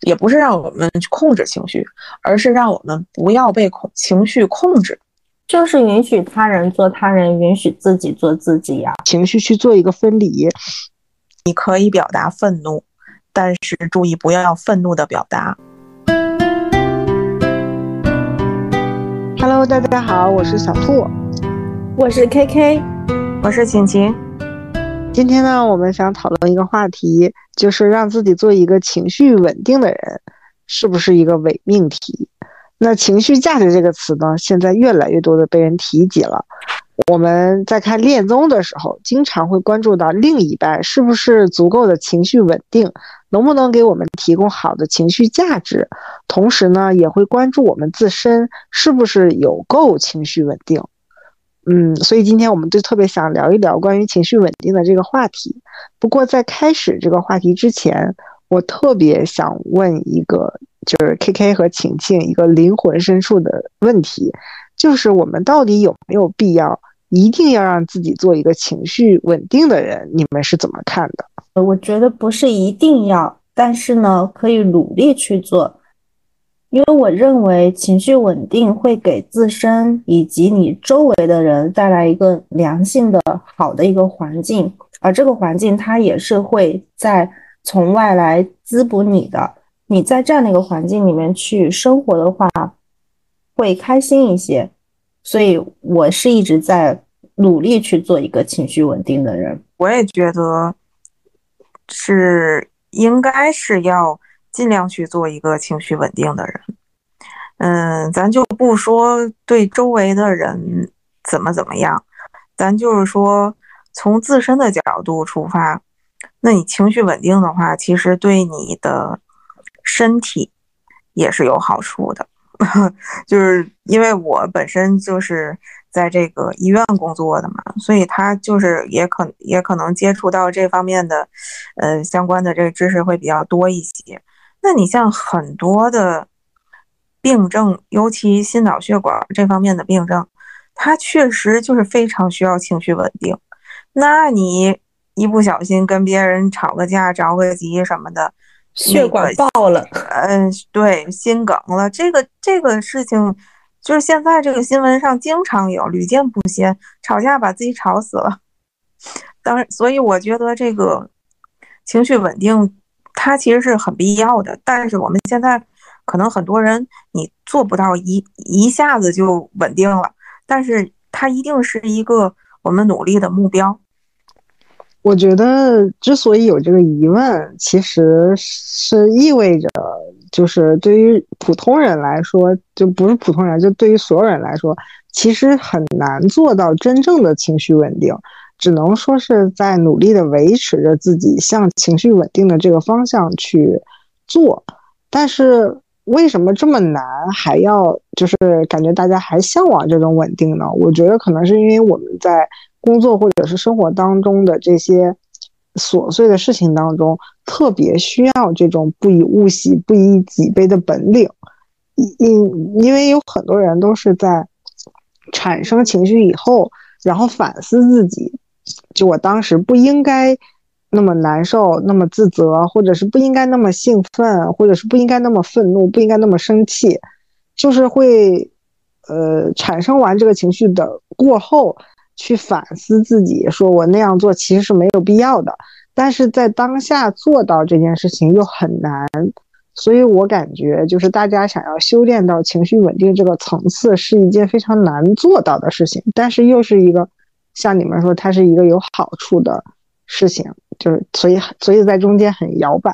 也不是让我们去控制情绪，而是让我们不要被情绪控制。 就是允许他人做他人，允许自己做自己呀。 情绪去做一个分离。 你可以表达愤怒，但是注意不要愤怒的表达。 Hello， 大家好，我是小兔， 我是 KK， 我是晴晴。 今天呢，我们想讨论一个话题，就是让自己做一个情绪稳定的人，是不是一个伪命题？那情绪价值这个词呢，现在越来越多的被人提及了。我们在看恋综的时候，经常会关注到另一半是不是足够的情绪稳定，能不能给我们提供好的情绪价值，同时呢，也会关注我们自身是不是有够情绪稳定。所以今天我们就特别想聊一聊关于情绪稳定的这个话题。不过在开始这个话题之前，我特别想问一个，就是 KK 和晴晴一个灵魂深处的问题，就是我们到底有没有必要一定要让自己做一个情绪稳定的人？你们是怎么看的？ 我觉得不是一定要，但是呢，可以努力去做。因为我认为情绪稳定会给自身以及你周围的人带来一个良性的好的一个环境，而这个环境它也是会从外来滋补你的。你在这样的一个环境里面去生活的话，会开心一些。所以我是一直在努力去做一个情绪稳定的人。 我也觉得应该是要尽量去做一个情绪稳定的人。咱就不说对周围的人怎么样，咱就是说从自身的角度出发，那你情绪稳定的话，其实对你的身体也是有好处的。就是因为我本身就是在这个医院工作的嘛，所以他就是也可能接触到这方面的相关的这个知识会比较多一些。那你像很多的病症，尤其心脑血管这方面的病症，它确实就是非常需要情绪稳定。那你一不小心跟别人吵个架、着个急什么的， 血管爆了， 对，心梗了，这个事情，就是现在这个新闻上经常有，屡见不鲜，吵架把自己吵死了。当然，所以我觉得这个情绪稳定，它其实是很必要的。但是我们现在可能很多人你做不到一下子就稳定了，但是它一定是一个我们努力的目标。 我觉得之所以有这个疑问，其实是意味着，就是对于普通人来说，就不是普通人，就对于所有人来说，其实很难做到真正的情绪稳定，只能说是在努力的维持着自己向情绪稳定的这个方向去做。但是为什么这么难，还要就是感觉大家还向往这种稳定呢？我觉得可能是因为我们在工作或者是生活当中的这些琐碎的事情当中，特别需要这种不以物喜，不以己悲的本领。因为有很多人都是在产生情绪以后，然后反思自己，就我当时不应该那么难受，那么自责，或者是不应该那么兴奋，或者是不应该那么愤怒，不应该那么生气，就是会产生完这个情绪的过后，去反思自己，说我那样做其实是没有必要的，但是在当下做到这件事情又很难。所以我感觉就是大家想要修炼到情绪稳定这个层次是一件非常难做到的事情，但是又是一个像你们说它是一个有好处的事情，就是所以在中间很摇摆。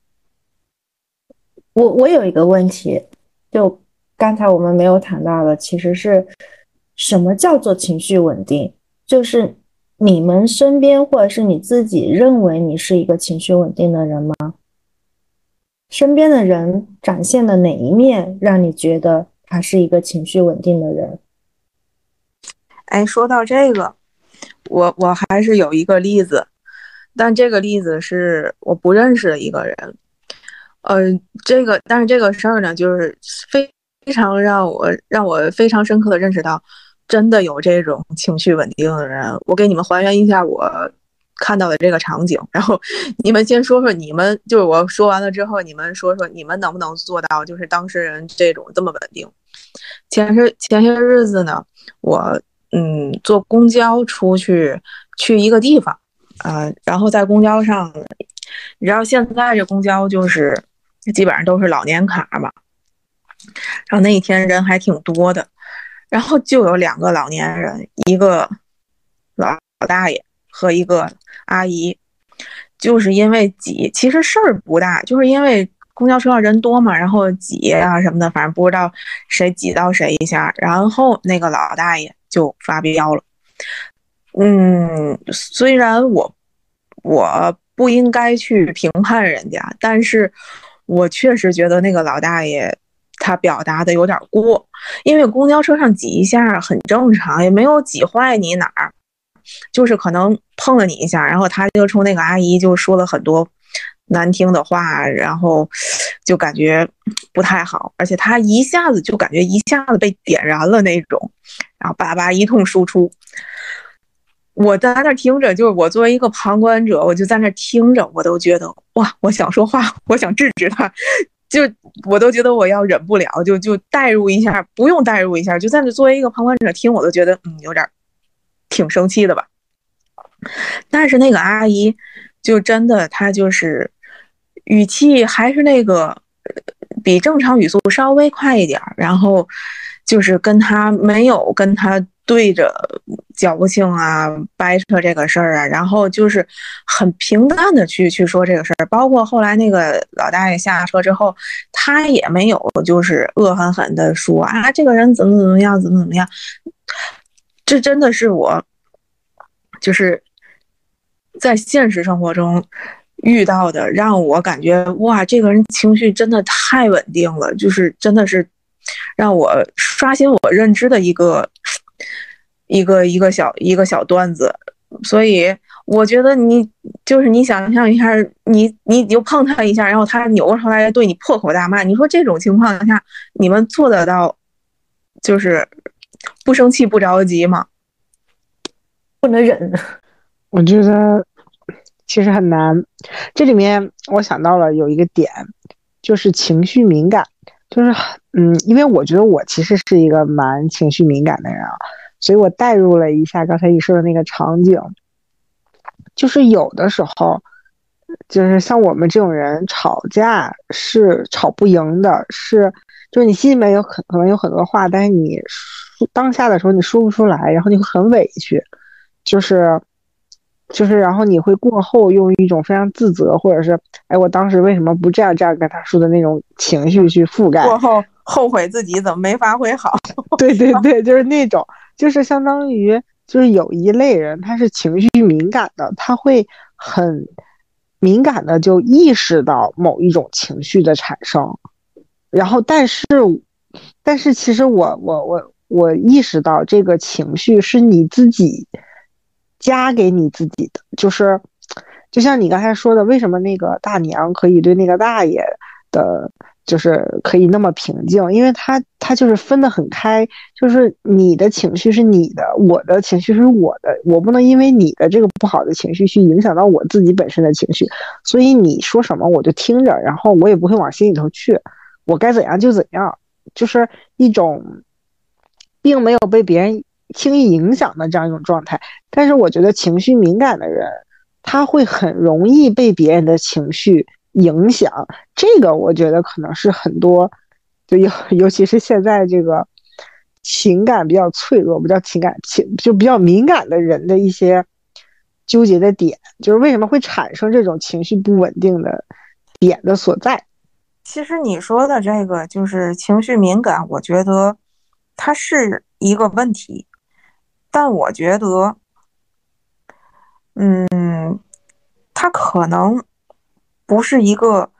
我有一个问题，就刚才我们没有谈到的，其实是什么叫做情绪稳定？就是你们身边或者是你自己认为你是一个情绪稳定的人吗？身边的人展现的哪一面让你觉得他是一个情绪稳定的人？ 说到这个，我还是有一个例子，但这个例子是我不认识的一个人。但是这个事儿呢，就是非常让我非常深刻的认识到，真的有这种情绪稳定的人。我给你们还原一下我看到的这个场景，然后你们先说说你们，就是我说完了之后，你们说说你们能不能做到，就是当事人这么稳定。前些日子呢，我坐公交去一个地方，然后在公交上，你知道现在这公交就是基本上都是老年卡嘛，然后那一天人还挺多的，然后就有2个老年人，一个老大爷和一个阿姨，就是因为挤，其实事儿不大，就是因为公交车上人多嘛，然后挤啊什么的，反正不知道谁挤到谁一下，然后那个老大爷就发飙了。虽然我不应该去评判人家，但是我确实觉得那个老大爷他表达的有点过，因为公交车上挤一下很正常，也没有挤坏你哪儿，就是可能碰了你一下，然后他就冲那个阿姨就说了很多难听的话，然后就感觉不太好，而且他一下子就感觉一下子被点燃了那种，然后叭叭一通输出。我在那听着，就是我作为一个旁观者，我就在那听着，我都觉得哇，我想说话，我想制止他，就我都觉得我要忍不了，就代入一下，不用代入一下，就在那作为一个旁观者听，我都觉得有点挺生气的吧。但是那个阿姨就真的，她就是语气还是那个比正常语速稍微快一点，然后就是没有跟他对着矫情啊掰扯这个事儿啊，然后就是很平淡的去说这个事儿，包括后来那个老大爷下车之后，他也没有就是恶狠狠的说啊这个人怎么样怎么样，这真的是我就是在现实生活中遇到的，让我感觉哇，这个人情绪真的太稳定了，就是真的是让我刷新我认知的一个小段子。所以我觉得你想象一下，你就碰他一下，然后他扭过头来对你破口大骂，你说这种情况下你们做得到就是不生气不着急吗？ 不能忍。 我觉得其实很难。这里面我想到了有一个点，就是情绪敏感。就是因为我觉得我其实是一个蛮情绪敏感的人啊，所以我代入了一下刚才你说的那个场景。就是有的时候，就是像我们这种人吵架是吵不赢的，就是你心里面可能有很多话，但是你当下的时候你说不出来，然后你会很委屈，就是然后你会过后用一种非常自责，或者是我当时为什么不这样跟他说的那种情绪去覆盖， 过后后悔自己怎么没发挥好。 对对对，就是那种，就是相当于就是有一类人他是情绪敏感的，他会很敏感的就意识到某一种情绪的产生，然后但是其实我意识到这个情绪是你自己加给你自己的，就像你刚才说的，为什么那个大娘可以对那个大爷的就是可以那么平静，因为他就是分得很开，就是你的情绪是你的，我的情绪是我的，我不能因为你的这个不好的情绪去影响到我自己本身的情绪，所以你说什么我就听着，然后我也不会往心里头去，我该怎样就怎样，就是一种并没有被别人轻易影响的这样一种状态。但是我觉得情绪敏感的人，他会很容易被别人的情绪影响，这个我觉得可能是很多尤其是现在这个情感比较脆弱、比较敏感的人的一些纠结的点，就是为什么会产生这种情绪不稳定的点的所在。 其实你说的这个就是情绪敏感，我觉得它是一个问题，但我觉得它可能不是一个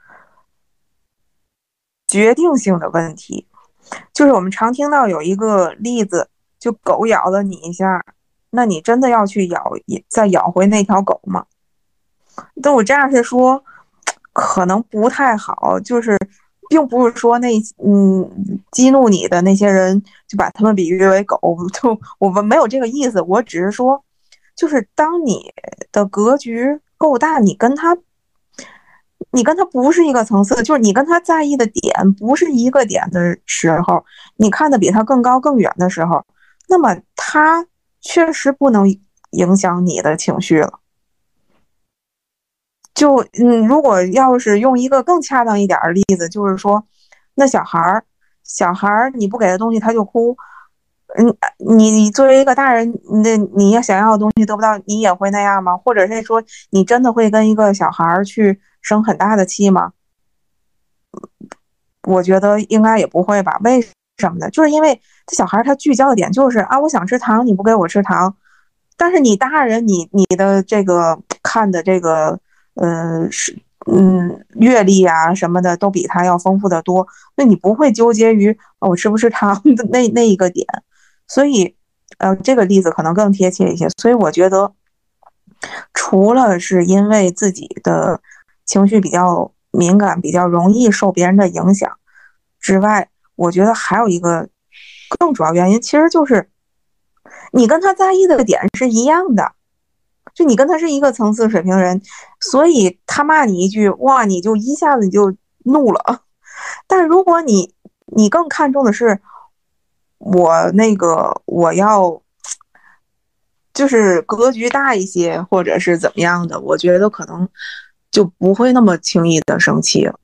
决定性的问题。就是我们常听到有一个例子，就狗咬了你一下，那你真的要去再咬回那条狗吗？但我这样是说可能不太好，就是并不是说激怒你的那些人就把他们比喻为狗，就我们没有这个意思，我只是说就是当你的格局够大，你跟他不是一个层次，就是你跟他在意的点不是一个点的时候，你看的比他更高更远的时候，那么他确实不能影响你的情绪了。就如果要是用一个更恰当一点的例子，就是说，那小孩你不给他东西他就哭，你作为一个大人，你要想要的东西得不到，你也会那样吗？或者是说，你真的会跟一个小孩去生很大的气吗？我觉得应该也不会吧。为什么呢？就是因为这小孩他聚焦的点就是啊，我想吃糖，你不给我吃糖。但是你大人，你的这个看的这个阅历啊什么的都比他要丰富的多，那你不会纠结于我吃不吃糖的那一个点。所以这个例子可能更贴切一些。所以我觉得除了是因为自己的情绪比较敏感，比较容易受别人的影响之外，我觉得还有一个更主要原因，其实就是你跟他在意的点是一样的，就你跟他是一个层次水平人，所以他骂你一句，哇，你就一下子你就怒了。但如果你更看重的是我要就是格局大一些，或者是怎么样的，我觉得可能就不会那么轻易的生气了。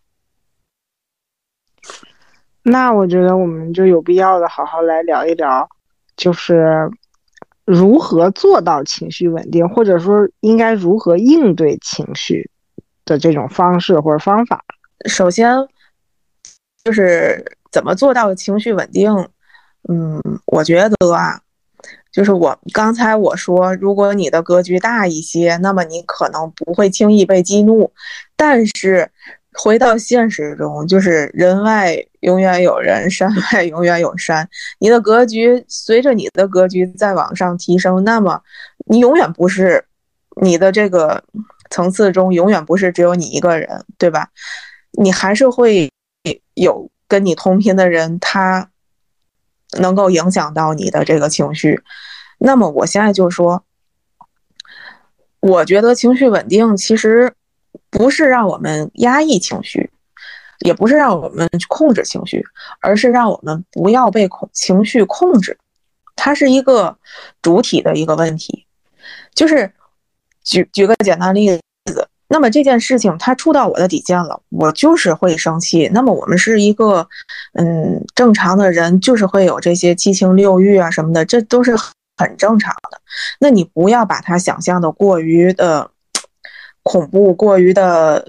那我觉得我们就有必要的好好来聊一聊，就是如何做到情绪稳定，或者说应该如何应对情绪的这种方式或者方法。 首先就是怎么做到情绪稳定，我觉得啊，就是刚才我说，如果你的格局大一些，那么你可能不会轻易被激怒。但是回到现实中，就是人外永远有人，山外永远有山。你的格局随着你的格局再往上提升，那么你永远不是你的这个层次中永远不是只有你一个人，对吧？你还是会有跟你同频的人，他能够影响到你的这个情绪。那么我现在就说，我觉得情绪稳定其实不是让我们压抑情绪，也不是让我们控制情绪，而是让我们不要被情绪控制。它是一个主体的一个问题。就是举个简单例子，那么这件事情它触到我的底线了，我就是会生气。那么我们是一个正常的人，就是会有这些七情六欲啊什么的，这都是很正常的。那你不要把它想象的过于的恐怖，过于的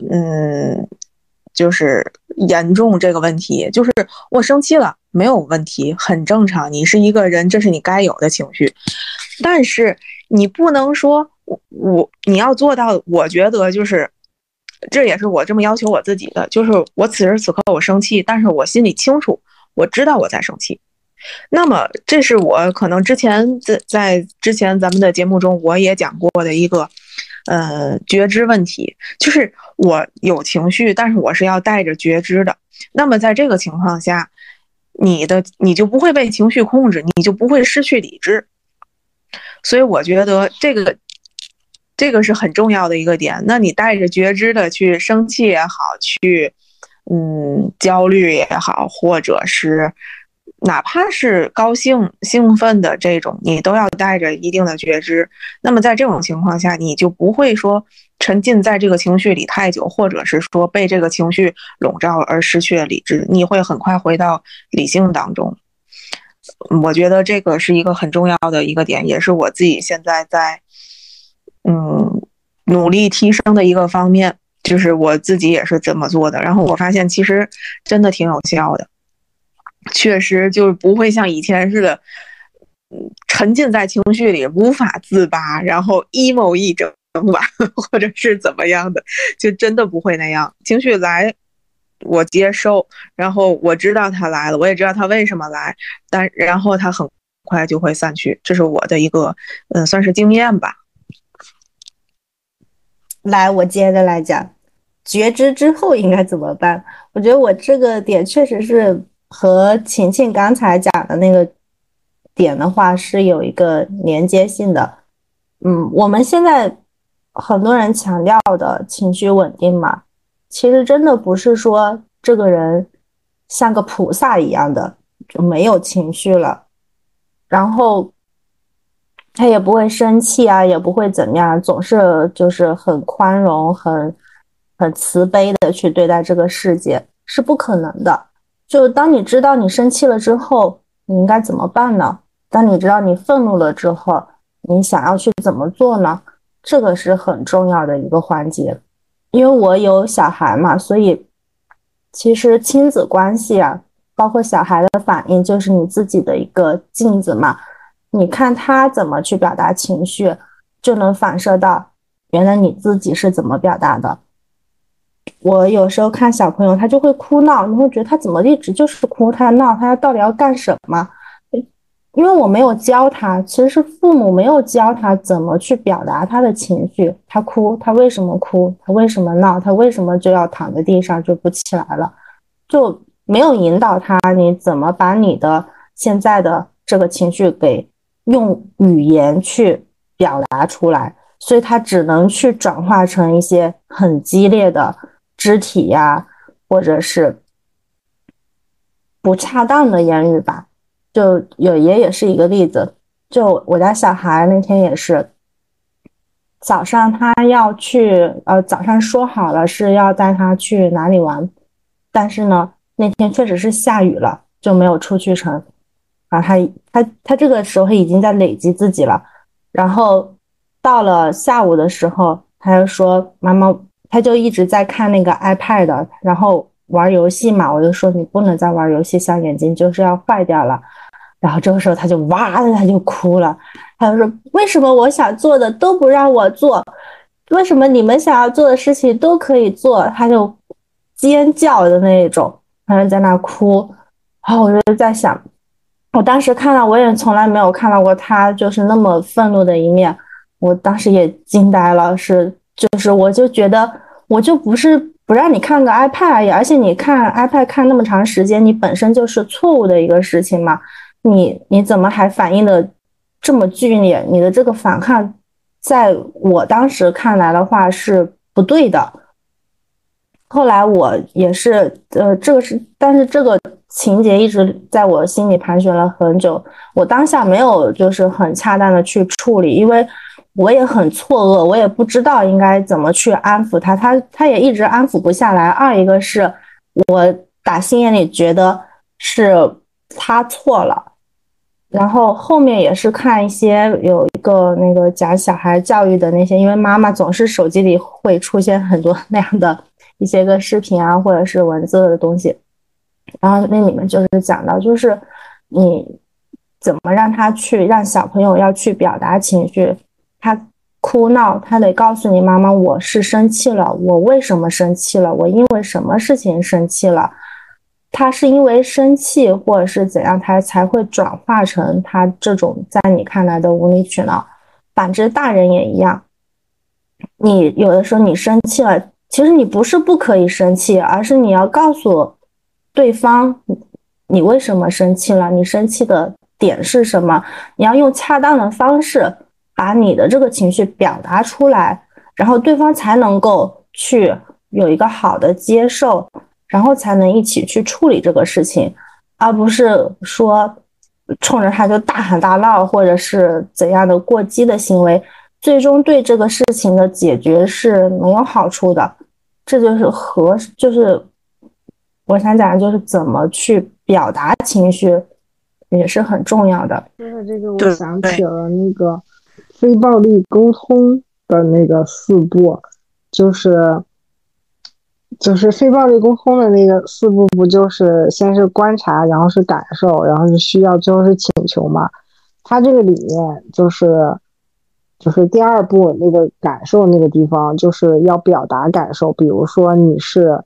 就是严重。这个问题就是我生气了没有问题，很正常，你是一个人，这是你该有的情绪。但是你不能说你要做到，我觉得就是这也是我这么要求我自己的，就是我此时此刻我生气，但是我心里清楚，我知道我在生气。那么这是我可能之前在之前咱们的节目中我也讲过的一个觉知问题，就是我有情绪，但是我是要带着觉知的。那么在这个情况下，你就不会被情绪控制，你就不会失去理智。所以我觉得这个是很重要的一个点。那你带着觉知的去生气也好，去焦虑也好，或者是哪怕是高兴兴奋的这种，你都要带着一定的觉知。那么在这种情况下，你就不会说沉浸在这个情绪里太久，或者是说被这个情绪笼罩而失去了理智，你会很快回到理性当中。我觉得这个是一个很重要的一个点，也是我自己现在在努力提升的一个方面，就是我自己也是这么做的。然后我发现其实真的挺有效的，确实就是不会像以前似的沉浸在情绪里无法自拔，然后 emo 一整晚或者是怎么样的，就真的不会那样。情绪来我接受，然后我知道它来了，我也知道它为什么来，然后它很快就会散去。这是我的一个算是经验吧。 来，我接着来讲，觉知之后应该怎么办？我觉得我这个点确实是和晴晴刚才讲的那个点的话是有一个连接性的。 我们现在很多人强调的情绪稳定嘛，其实真的不是说这个人像个菩萨一样的就没有情绪了，然后他也不会生气啊，也不会怎么样，总是就是很宽容、很慈悲的去对待这个世界，是不可能的。就当你知道你生气了之后，你应该怎么办呢？当你知道你愤怒了之后，你想要去怎么做呢？这个是很重要的一个环节。因为我有小孩嘛，所以其实亲子关系啊，包括小孩的反应，就是你自己的一个镜子嘛。你看他怎么去表达情绪，就能反射到原来你自己是怎么表达的。我有时候看小朋友，他就会哭闹，你会觉得他怎么一直就是哭，他闹，他到底要干什么？因为我没有教他，其实是父母没有教他怎么去表达他的情绪。他哭，他为什么哭？他为什么闹？他为什么就要躺在地上就不起来了？就没有引导他，你怎么把你的现在的这个情绪给用语言去表达出来，所以他只能去转化成一些很激烈的肢体呀，或者是不恰当的言语吧。就也是一个例子，就我家小孩那天也是，早上他要去，早上说好了是要带他去哪里玩，但是呢，那天确实是下雨了，就没有出去成。然后他这个时候已经在累积自己了，然后到了下午的时候，他就说妈妈，他就一直在看那个 iPad， 然后玩游戏嘛，我就说你不能再玩游戏，小眼睛就是要坏掉了。然后这个时候他就哇的他就哭了，他就说为什么我想做的都不让我做，为什么你们想要做的事情都可以做，他就尖叫的那种，他就在那哭。然后我就在想，我当时看到我也从来没有看到过他就是那么愤怒的一面，我当时也惊呆了，就是我就觉得我就不是不让你看个 iPad 而已，而且你看 iPad 看那么长时间，你本身就是错误的一个事情嘛。你怎么还反应的这么剧烈？你的这个反抗，在我当时看来的话是不对的。后来我也是，但是这个情节一直在我心里盘旋了很久。我当下没有就是很恰当的去处理，因为我也很错愕，我也不知道应该怎么去安抚他，他也一直安抚不下来。二一个是我打心眼里觉得是他错了。然后后面也是看一些有一个那个讲小孩教育的那些，因为妈妈总是手机里会出现很多那样的一些个视频啊，或者是文字的东西，然后那里面就是讲到，就是你怎么让他去让小朋友要去表达情绪，他哭闹，他得告诉你妈妈，我是生气了，我为什么生气了，我因为什么事情生气了。他是因为生气或者是怎样，他才会转化成他这种在你看来的无理取闹。反之，大人也一样。你有的时候你生气了，其实你不是不可以生气，而是你要告诉对方你为什么生气了，你生气的点是什么，你要用恰当的方式把你的这个情绪表达出来，然后对方才能够去有一个好的接受。然后才能一起去处理这个事情，而不是说冲着他就大喊大闹，或者是怎样的过激的行为，最终对这个事情的解决是没有好处的。这就是我想讲的就是怎么去表达情绪也是很重要的。 说到这个，我想起了那个非暴力沟通的那个4步，就是非暴力沟通的那个4步，不就是先是观察，然后是感受，然后是需要，最后是请求嘛？它这个里面就是第2步那个感受那个地方，就是要表达感受，比如说你是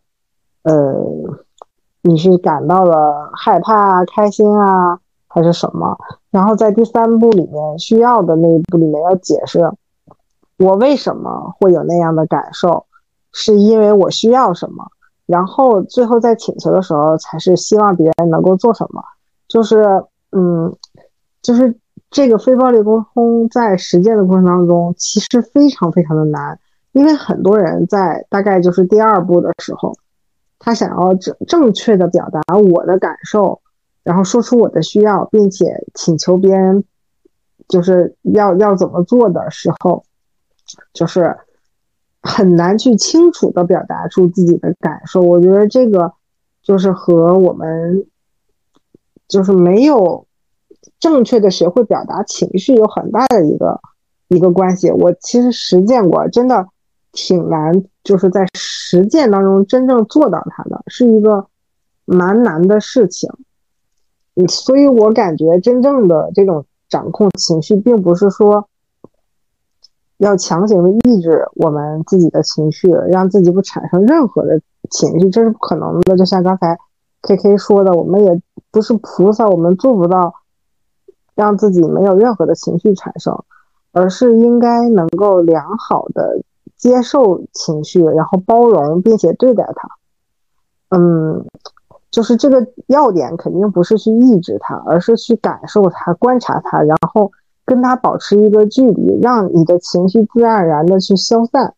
感到了害怕啊、开心啊，还是什么？然后在第3步里面需要的那一步里面要解释我为什么会有那样的感受。是因为我需要什么，然后最后在请求的时候才是希望别人能够做什么。就是这个非暴力沟通在实践的过程当中，其实非常非常的难，因为很多人在大概就是第二步的时候，他想要正确的表达我的感受，然后说出我的需要，并且请求别人就是要怎么做的时候，就是很难去清楚的表达出自己的感受。我觉得这个就是和我们就是没有正确的学会表达情绪有很大的一个关系。我其实实践过，真的挺难，就是在实践当中真正做到它的，是一个蛮难的事情。所以我感觉真正的这种掌控情绪，并不是说要强行的抑制我们自己的情绪，让自己不产生任何的情绪，这是不可能的。就像刚才 KK 说的，我们也不是菩萨，我们做不到让自己没有任何的情绪产生，而是应该能够良好的接受情绪，然后包容并且对待它。就是这个要点肯定不是去抑制它，而是去感受它、观察它，然后跟它保持一个距离，让你的情绪自然而然的去消散。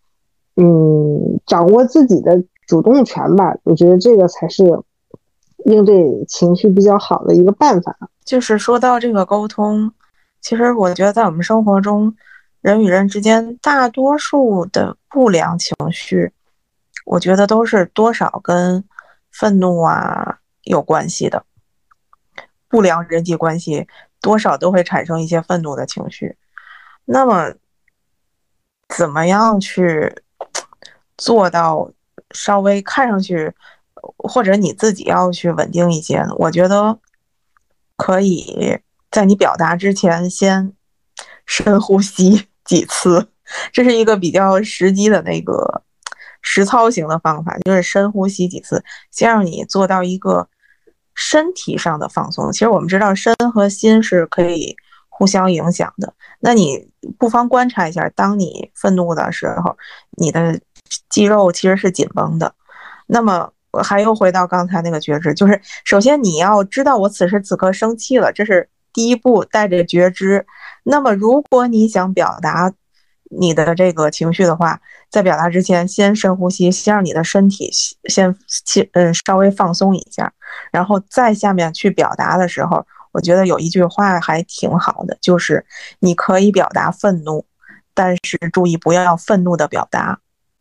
掌握自己的主动权吧，我觉得这个才是应对情绪比较好的一个办法。 就是说到这个沟通，其实我觉得在我们生活中，人与人之间大多数的不良情绪，我觉得都是多少跟愤怒啊有关系的。不良人际关系多少都会产生一些愤怒的情绪。那么怎么样去做到稍微看上去，或者你自己要去稳定一些呢？我觉得可以在你表达之前先深呼吸几次，这是一个比较实际的那个实操型的方法，就是深呼吸几次，先让你做到一个身体上的放松。其实我们知道身和心是可以互相影响的，那你不妨观察一下，当你愤怒的时候，你的肌肉其实是紧绷的。那么我还又回到刚才那个觉知，就是首先你要知道我此时此刻生气了，这是第一步，带着觉知。那么如果你想表达你的这个情绪的话，在表达之前先深呼吸，先让你的身体先稍微放松一下，然后再下面去表达的时候，我觉得有一句话还挺好的，就是你可以表达愤怒，但是注意不要愤怒的表达。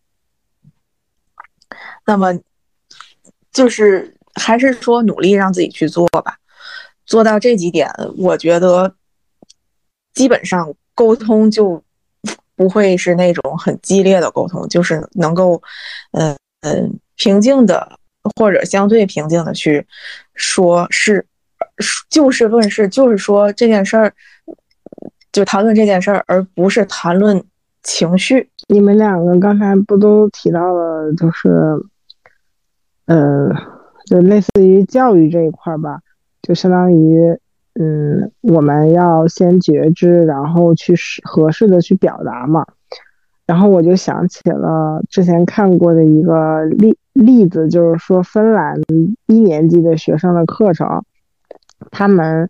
那么就是还是说努力让自己去做吧，做到这几点，我觉得基本上沟通就不会是那种很激烈的沟通，就是能够平静的或者相对平静的去说是就事论事，就是说这件事儿，就谈论这件事儿，而不是谈论情绪。 你们两个刚才不都提到了，就是就类似于教育这一块吧，就相当于我们要先觉知，然后去合适的去表达嘛。然后我就想起了之前看过的一个例子，就是说芬兰1年级的学生的课程，他们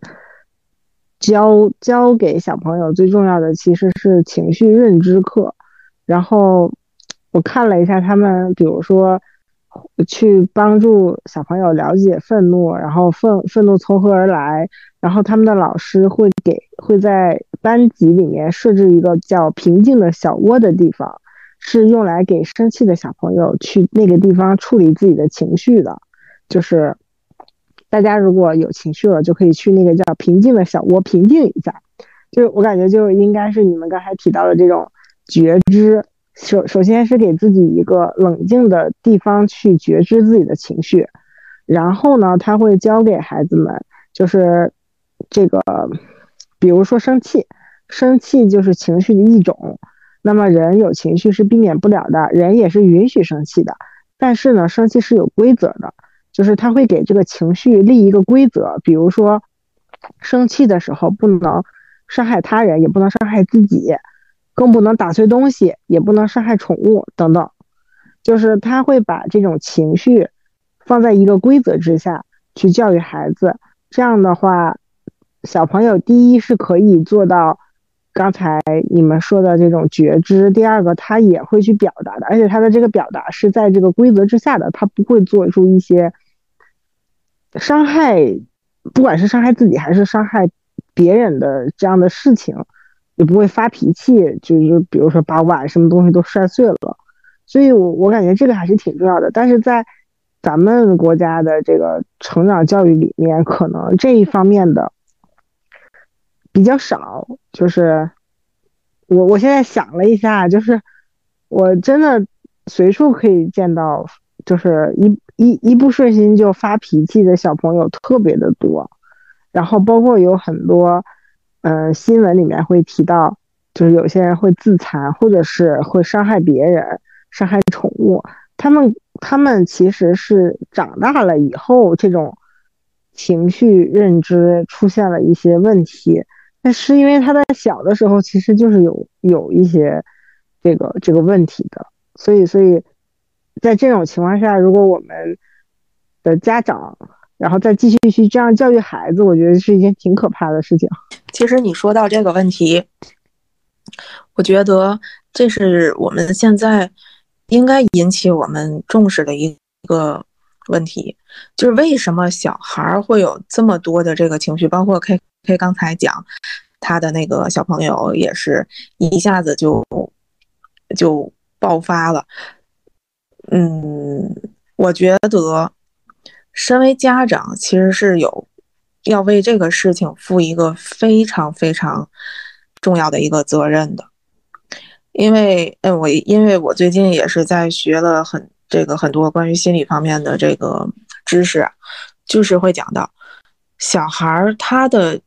教给小朋友最重要的其实是情绪认知课。然后我看了一下他们，比如说去帮助小朋友了解愤怒，然后愤怒从何而来，然后他们的老师会在班级里面设置一个叫平静的小窝的地方，是用来给生气的小朋友去那个地方处理自己的情绪的。就是大家如果有情绪了，就可以去那个叫平静的小窝平静一下。就我感觉就应该是你们刚才提到的这种觉知，首先是给自己一个冷静的地方去觉知自己的情绪，然后呢，他会教给孩子们，就是这个，比如说生气就是情绪的一种。那么人有情绪是避免不了的，人也是允许生气的，但是呢，生气是有规则的，就是他会给这个情绪立一个规则，比如说生气的时候不能伤害他人，也不能伤害自己，更不能打碎东西，也不能伤害宠物等等。就是他会把这种情绪放在一个规则之下去教育孩子，这样的话小朋友第一是可以做到刚才你们说的这种觉知，第二个他也会去表达的，而且他的这个表达是在这个规则之下的，他不会做出一些伤害，不管是伤害自己还是伤害别人的这样的事情，也不会发脾气，就是比如说把碗什么东西都摔碎了。所以我感觉这个还是挺重要的，但是在咱们国家的这个成长教育里面，可能这一方面的比较少。就是我现在想了一下，就是我真的随处可以见到，就是一不顺心就发脾气的小朋友特别的多，然后包括有很多新闻里面会提到，就是有些人会自残，或者是会伤害别人，伤害宠物。他们其实是长大了以后，这种情绪认知出现了一些问题，但是因为他在小的时候其实就是有一些这个问题的，所以在这种情况下，如果我们的家长然后再继续去这样教育孩子，我觉得是一件挺可怕的事情。 其实你说到这个问题，我觉得这是我们现在应该引起我们重视的一个问题，就是为什么小孩会有这么多的这个情绪，包括 KK 刚才讲他的那个小朋友也是一下子就爆发了。我觉得身为家长其实是要为这个事情负一个非常非常重要的一个责任的。因为我最近也是在学了很多关于心理方面的这个知识，就是会讲到小孩他的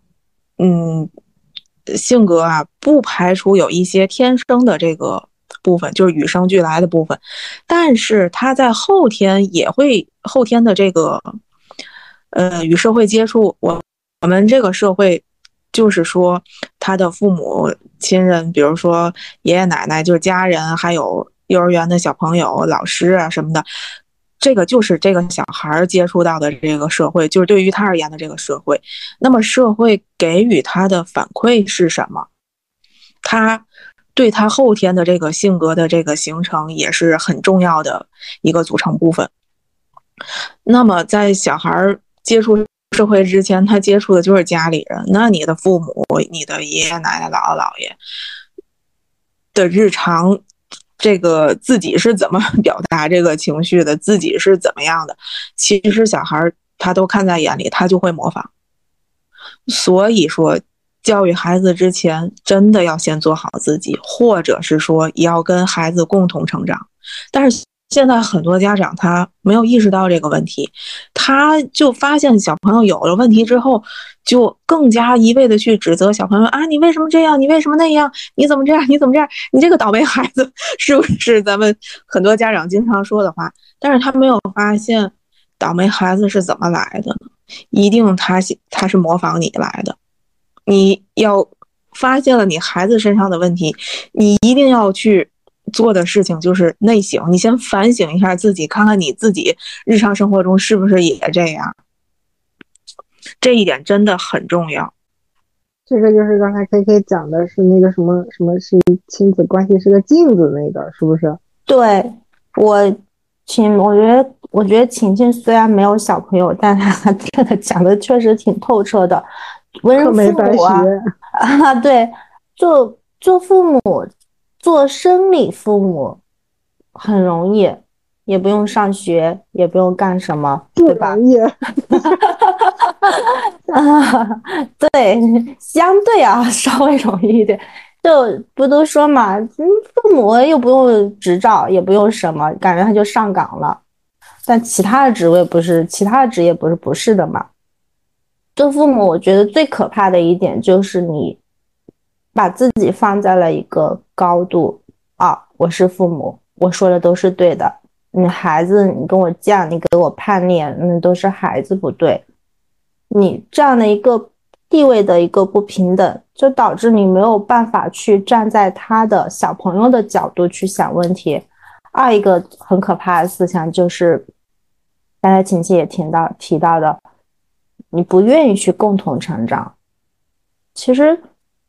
性格啊，不排除有一些天生的这个部分，就是与生俱来的部分，但是他在后天的这个与社会接触，我们这个社会就是说他的父母亲人，比如说爷爷奶奶，就是家人，还有幼儿园的小朋友、老师啊什么的，这个就是这个小孩接触到的这个社会，就是对于他而言的这个社会。那么社会给予他的反馈是什么？他对他后天的这个性格的这个形成也是很重要的一个组成部分。那么在小孩接触社会之前，他接触的就是家里人，那你的父母、你的爷爷奶奶、姥姥姥爷的日常，这个自己是怎么表达这个情绪的，自己是怎么样的，其实小孩他都看在眼里，他就会模仿。所以说教育孩子之前真的要先做好自己，或者是说也要跟孩子共同成长。但是现在很多家长他没有意识到这个问题，他就发现小朋友有了问题之后，就更加一味的去指责小朋友啊，你为什么这样，你为什么那样，你怎么这样，你怎么这样，你这个倒霉孩子，是不是咱们很多家长经常说的话？但是他没有发现倒霉孩子是怎么来的呢？一定他是模仿你来的。你要发现了你孩子身上的问题，你一定要去做的事情就是内省，你先反省一下自己，看看你自己日常生活中是不是也这样，这一点真的很重要。 这个就是刚才 KK 讲的是那个什么是亲子关系是个镜子，那个是不是？ 对，我觉得晴晴虽然没有小朋友，但他这个讲的确实挺透彻的。为人父母啊，对，做父母，做生理父母很容易，也不用上学，也不用干什么，对吧？ 不容易。 对，相对啊，稍微容易一点。就不都说嘛，父母又不用执照，也不用什么，感觉他就上岗了。但其他的职业不是的嘛。做父母，我觉得最可怕的一点就是你把自己放在了一个高度啊，我是父母，我说的都是对的。你孩子，你跟我犟，你给我叛逆，那都是孩子不对。你这样的一个地位的一个不平等，就导致你没有办法去站在他的小朋友的角度去想问题。二一个很可怕的思想就是刚才晴晴也提到的，你不愿意去共同成长， 其实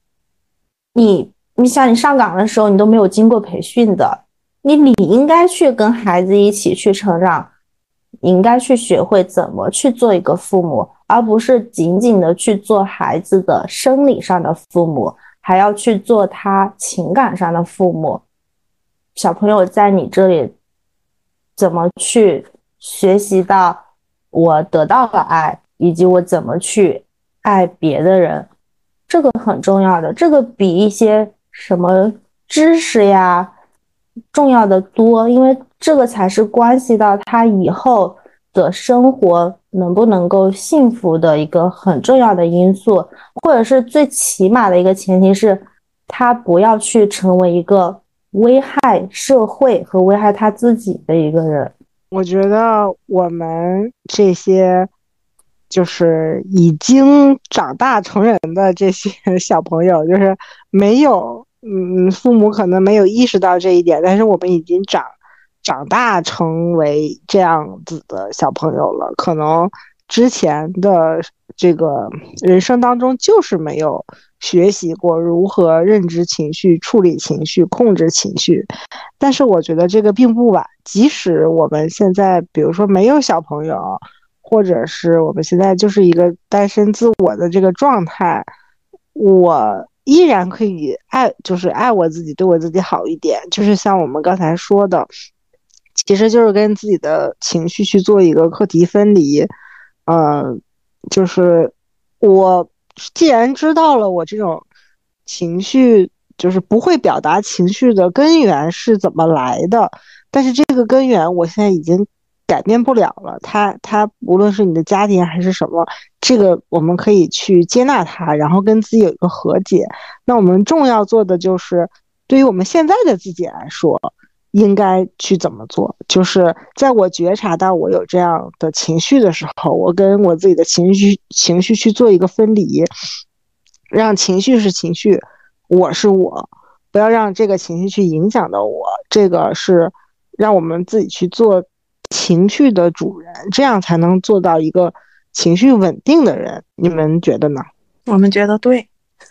你想你上岗的时候，你都没有经过培训的，你应该去跟孩子一起去成长，你应该去学会怎么去做一个父母，而不是仅仅的去做孩子的生理上的父母，还要去做他情感上的父母。小朋友在你这里怎么去学习到我得到了爱，以及我怎么去爱别的人，这个很重要的，这个比一些什么知识呀重要的多，因为这个才是关系到他以后的生活能不能够幸福的一个很重要的因素，或者是最起码的一个前提是他不要去成为一个危害社会和危害他自己的一个人。 我觉得我们这些就是已经长大成人的这些小朋友，就是没有，父母可能没有意识到这一点，但是我们已经长大成为这样子的小朋友了。可能之前的这个人生当中就是没有学习过如何认知情绪、处理情绪、控制情绪。但是我觉得这个并不晚，即使我们现在比如说没有小朋友，或者是我们现在就是一个单身自我的这个状态，我依然可以就是爱我自己，对我自己好一点。就是像我们刚才说的，其实就是跟自己的情绪去做一个课题分离。就是我既然知道了我这种情绪就是不会表达情绪的根源是怎么来的，但是这个根源我现在已经改变不了了。它无论是你的家庭还是什么，这个我们可以去接纳它，然后跟自己有一个和解。那我们重要做的就是对于我们现在的自己来说应该去怎么做，就是在我觉察到我有这样的情绪的时候，我跟我自己的情绪去做一个分离，让情绪是情绪，我是我，不要让这个情绪去影响到我。这个是让我们自己去做情绪的主人，这样才能做到一个情绪稳定的人。你们觉得呢？ 我们觉得对。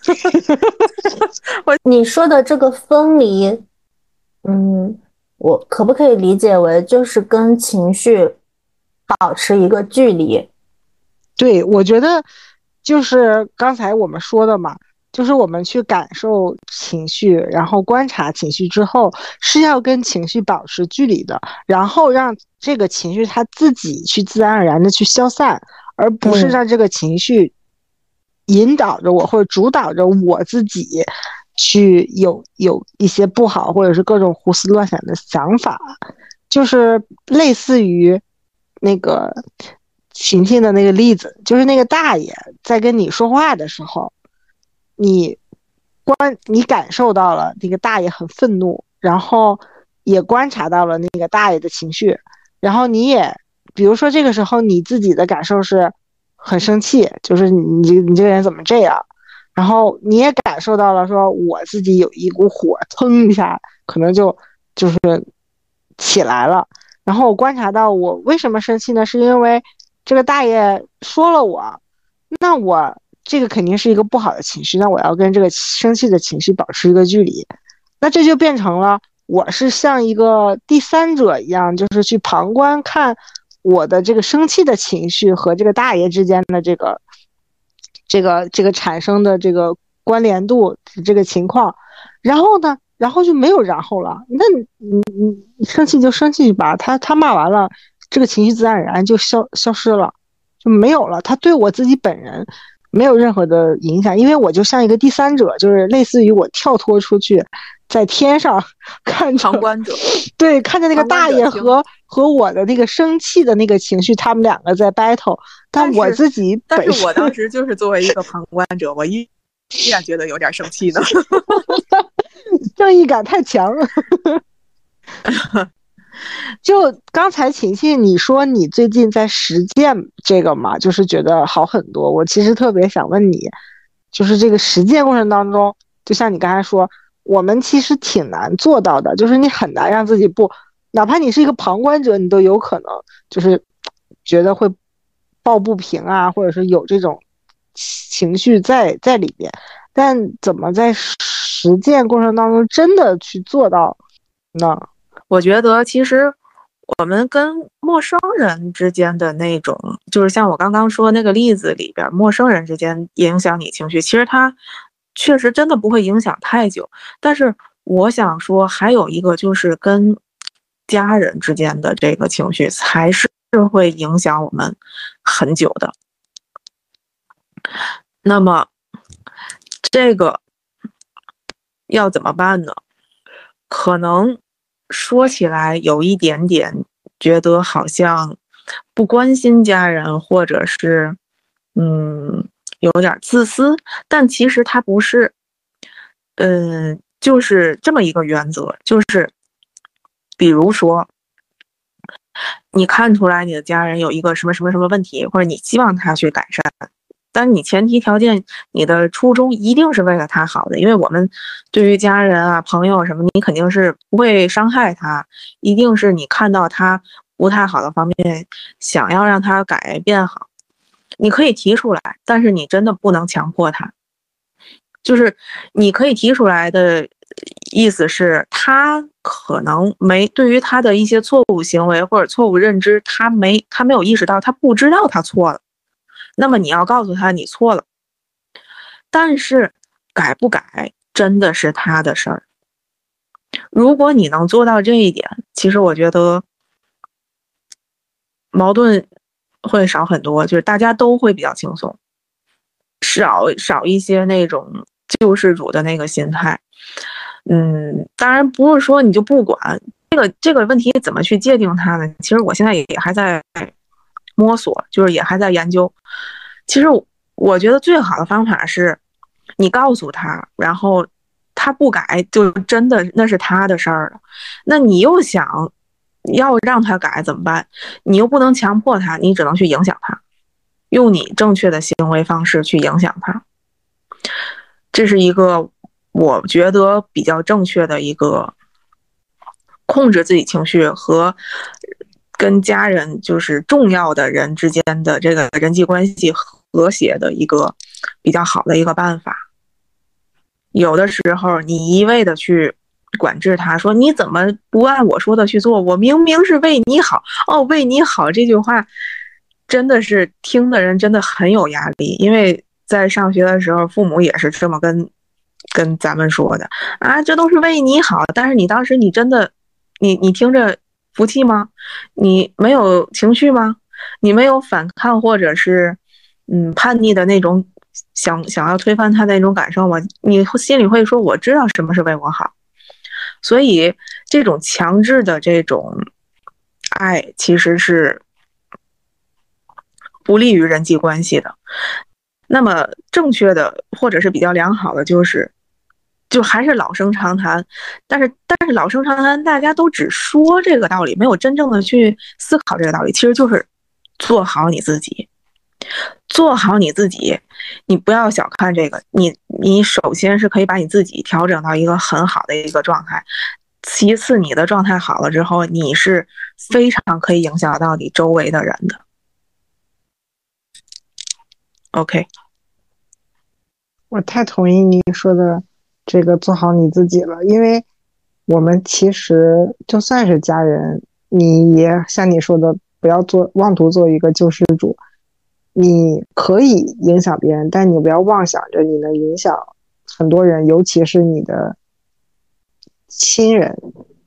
你说的这个分离，我可不可以理解为就是跟情绪保持一个距离？ 对，我觉得就是刚才我们说的嘛，就是我们去感受情绪，然后观察情绪之后，是要跟情绪保持距离的，然后让这个情绪它自己去自然而然的去消散，而不是让这个情绪引导着我或者主导着我自己去有一些不好或者是各种胡思乱想的想法。就是类似于那个晴晴的那个例子，就是那个大爷在跟你说话的时候，你感受到了那个大爷很愤怒，然后也观察到了那个大爷的情绪，然后你也比如说这个时候你自己的感受是很生气，就是你这个人怎么这样，然后你也感受到了说我自己有一股火腾一下可能就是起来了，然后我观察到我为什么生气呢，是因为这个大爷说了我，那我这个肯定是一个不好的情绪，那我要跟这个生气的情绪保持一个距离。那这就变成了我是像一个第三者一样，就是去旁观看我的这个生气的情绪和这个大爷之间的这个产生的这个关联度这个情况。然后呢，然后就没有然后了。那你生气就生气吧，他骂完了，这个情绪自然而然就消失了，就没有了。他对我自己本人没有任何的影响，因为我就像一个第三者，就是类似于我跳脱出去，在天上看着旁观者， 对，看着那个大爷和我的那个生气的那个情绪，他们两个在 battle， 但我自己本身， 但是我当时就是作为一个旁观者，我依然觉得有点生气呢。 正义感太强了。就刚才晴晴你说你最近在实践这个嘛，就是觉得好很多。我其实特别想问你，就是这个实践过程当中，就像你刚才说，我们其实挺难做到的，就是你很难让自己不，哪怕你是一个旁观者，你都有可能就是觉得会抱不平啊，或者是有这种情绪在里边，但怎么在实践过程当中真的去做到呢？ 我觉得其实我们跟陌生人之间的那种，就是像我刚刚说那个例子里边，陌生人之间影响你情绪，其实它确实真的不会影响太久。但是我想说，还有一个就是跟家人之间的这个情绪，才是会影响我们很久的。那么这个要怎么办呢？可能说起来有一点点觉得好像不关心家人，或者是有点自私，但其实它不是。就是这么一个原则，就是比如说你看出来你的家人有一个什么什么什么问题，或者你希望他去改善，但你前提条件，你的初衷一定是为了他好的，因为我们对于家人啊、朋友什么，你肯定是不会伤害他，一定是你看到他不太好的方面，想要让他改变好，你可以提出来，但是你真的不能强迫他。就是你可以提出来的意思是，他可能没对于他的一些错误行为或者错误认知，他没有意识到，他不知道他错了。那么你要告诉他你错了，但是改不改真的是他的事儿。如果你能做到这一点，其实我觉得矛盾会少很多，就是大家都会比较轻松，少一些那种救世主的那个心态。当然不是说你就不管这个问题怎么去界定它呢？其实我现在也还在摸索，就是也还在研究。其实我觉得最好的方法是，你告诉他，然后他不改，就真的那是他的事儿了。那你又想要让他改怎么办？你又不能强迫他，你只能去影响他，用你正确的行为方式去影响他。这是一个我觉得比较正确的一个控制自己情绪和跟家人就是重要的人之间的这个人际关系和谐的一个比较好的一个办法。有的时候你一味的去管制他，说你怎么不按我说的去做，我明明是为你好。为你好这句话真的是听的人真的很有压力，因为在上学的时候父母也是这么跟咱们说的啊，这都是为你好。但是你当时你真的你听着服气吗？你没有情绪吗？你没有反抗或者是叛逆的那种想要推翻他的那种感受吗？你心里会说我知道什么是为我好。所以这种强制的这种爱其实是不利于人际关系的。那么正确的或者是比较良好的就还是老生常谈，但是老生常谈大家都只说这个道理，没有真正的去思考这个道理。其实就是做好你自己，做好你自己。你不要小看这个，你首先是可以把你自己调整到一个很好的一个状态，其次你的状态好了之后，你是非常可以影响到你周围的人的。OK， 我太同意你说的这个做好你自己了，因为我们其实就算是家人，你也像你说的，不要妄图做一个救世主。你可以影响别人，但你不要妄想着你能影响很多人，尤其是你的亲人。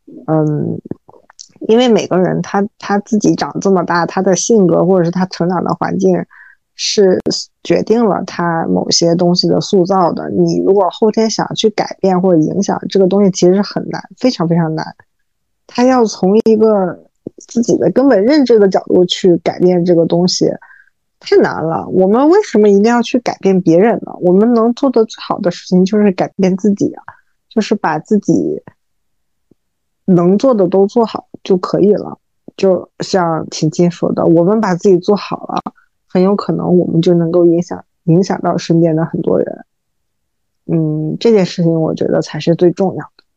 因为每个人他自己长这么大，他的性格或者是他成长的环境是决定了他某些东西的塑造的。你如果后天想去改变或者影响这个东西，其实是很难，非常非常难。他要从一个自己的根本认知的角度去改变这个东西，太难了。我们为什么一定要去改变别人呢？我们能做的最好的事情就是改变自己啊，就是把自己能做的都做好就可以了。就像婷婷说的，我们把自己做好了，很有可能我们就能够影响到身边的很多人。这件事情我觉得才是最重要的。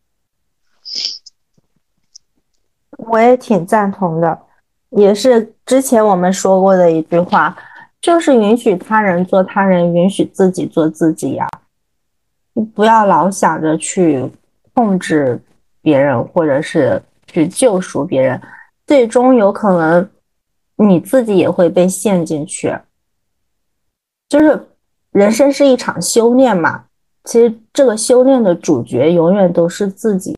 我也挺赞同的，也是之前我们说过的一句话， 就是允许他人做他人，允许自己做自己呀。你不要老想着去控制别人，或者是去救赎别人，最终有可能你自己也会被陷进去。就是人生是一场修炼嘛，其实这个修炼的主角永远都是自己。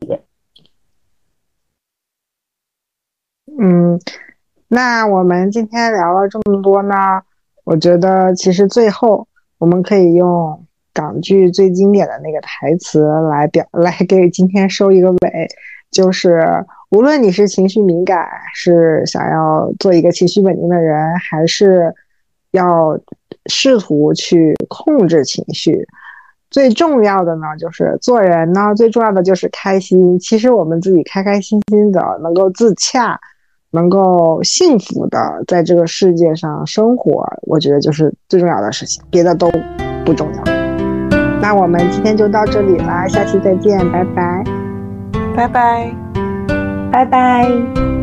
那我们今天聊了这么多呢，我觉得其实最后我们可以用港剧最经典的那个台词来给今天收一个尾，就是无论你是情绪敏感，是想要做一个情绪稳定的人，还是要试图去控制情绪，最重要的呢就是做人呢，最重要的就是开心。其实我们自己开开心心的，能够自洽，能够幸福的在这个世界上生活，我觉得就是最重要的事情，别的都不重要。那我们今天就到这里啦，下期再见，拜拜， 拜拜， 拜拜。